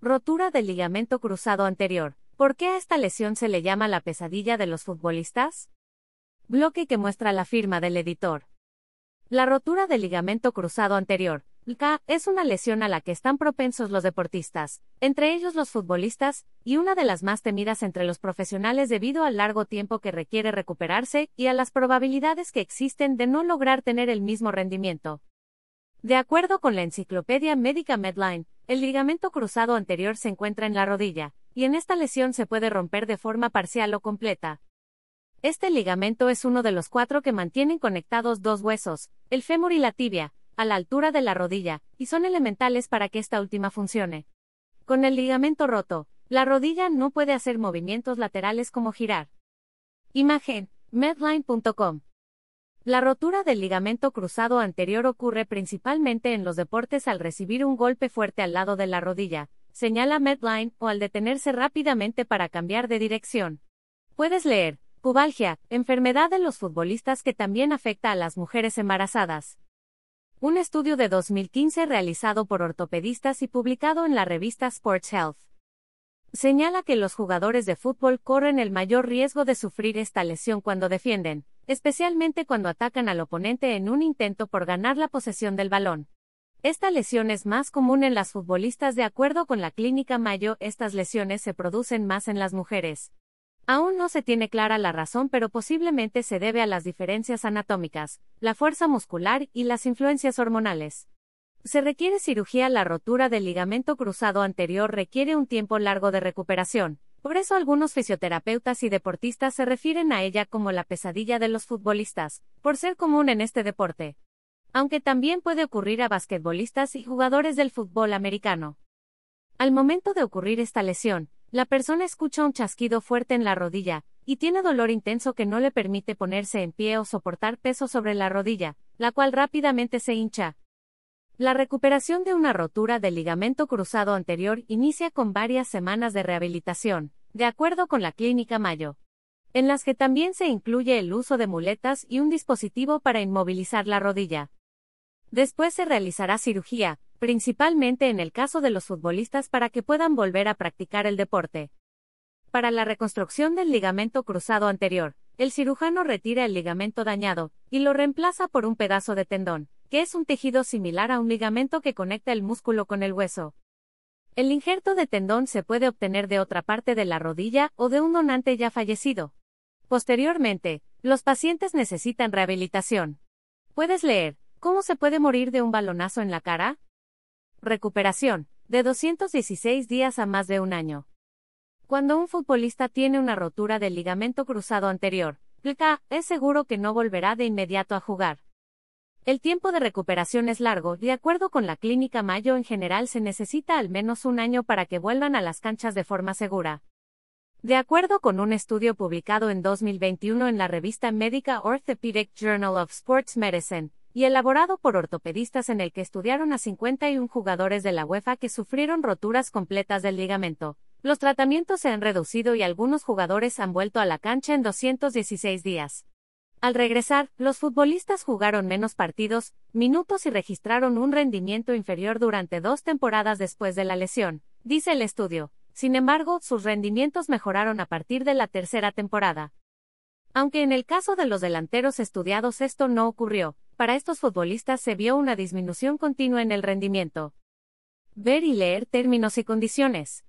Rotura del ligamento cruzado anterior. ¿Por qué a esta lesión se le llama la pesadilla de los futbolistas? Bloque que muestra la firma del editor. La rotura del ligamento cruzado anterior, LCA, es una lesión a la que están propensos los deportistas, entre ellos los futbolistas, y una de las más temidas entre los profesionales debido al largo tiempo que requiere recuperarse y a las probabilidades que existen de no lograr tener el mismo rendimiento. De acuerdo con la enciclopedia médica Medline, el ligamento cruzado anterior se encuentra en la rodilla, y en esta lesión se puede romper de forma parcial o completa. Este ligamento es uno de los 4 que mantienen conectados dos huesos, el fémur y la tibia, a la altura de la rodilla, y son elementales para que esta última funcione. Con el ligamento roto, la rodilla no puede hacer movimientos laterales como girar. Imagen, medline.com. La rotura del ligamento cruzado anterior ocurre principalmente en los deportes al recibir un golpe fuerte al lado de la rodilla, señala Medline, o al detenerse rápidamente para cambiar de dirección. Puedes leer: pubalgia, enfermedad de los futbolistas que también afecta a las mujeres embarazadas. Un estudio de 2015 realizado por ortopedistas y publicado en la revista Sports Health señala que los jugadores de fútbol corren el mayor riesgo de sufrir esta lesión cuando defienden, especialmente cuando atacan al oponente en un intento por ganar la posesión del balón. Esta lesión es más común en las futbolistas. De acuerdo con la Clínica Mayo, estas lesiones se producen más en las mujeres. Aún no se tiene clara la razón, pero posiblemente se debe a las diferencias anatómicas, la fuerza muscular y las influencias hormonales. Se requiere cirugía. La rotura del ligamento cruzado anterior requiere un tiempo largo de recuperación, por eso algunos fisioterapeutas y deportistas se refieren a ella como la pesadilla de los futbolistas, por ser común en este deporte. Aunque también puede ocurrir a basquetbolistas y jugadores del fútbol americano. Al momento de ocurrir esta lesión, la persona escucha un chasquido fuerte en la rodilla, y tiene dolor intenso que no le permite ponerse en pie o soportar peso sobre la rodilla, la cual rápidamente se hincha. La recuperación de una rotura del ligamento cruzado anterior inicia con varias semanas de rehabilitación, de acuerdo con la Clínica Mayo, en las que también se incluye el uso de muletas y un dispositivo para inmovilizar la rodilla. Después se realizará cirugía, principalmente en el caso de los futbolistas, para que puedan volver a practicar el deporte. Para la reconstrucción del ligamento cruzado anterior, el cirujano retira el ligamento dañado y lo reemplaza por un pedazo de tendón, que es un tejido similar a un ligamento que conecta el músculo con el hueso. El injerto de tendón se puede obtener de otra parte de la rodilla o de un donante ya fallecido. Posteriormente, los pacientes necesitan rehabilitación. Puedes leer: ¿cómo se puede morir de un balonazo en la cara? Recuperación, de 216 días a más de un año. Cuando un futbolista tiene una rotura del ligamento cruzado anterior, LCA, es seguro que no volverá de inmediato a jugar. El tiempo de recuperación es largo. De acuerdo con la Clínica Mayo, en general se necesita al menos un año para que vuelvan a las canchas de forma segura. De acuerdo con un estudio publicado en 2021 en la revista médica Orthopedic Journal of Sports Medicine, y elaborado por ortopedistas, en el que estudiaron a 51 jugadores de la UEFA que sufrieron roturas completas del ligamento, los tratamientos se han reducido y algunos jugadores han vuelto a la cancha en 216 días. Al regresar, los futbolistas jugaron menos partidos, minutos y registraron un rendimiento inferior durante 2 temporadas después de la lesión, dice el estudio. Sin embargo, sus rendimientos mejoraron a partir de la tercera temporada. Aunque en el caso de los delanteros estudiados esto no ocurrió, para estos futbolistas se vio una disminución continua en el rendimiento. Ver y leer términos y condiciones.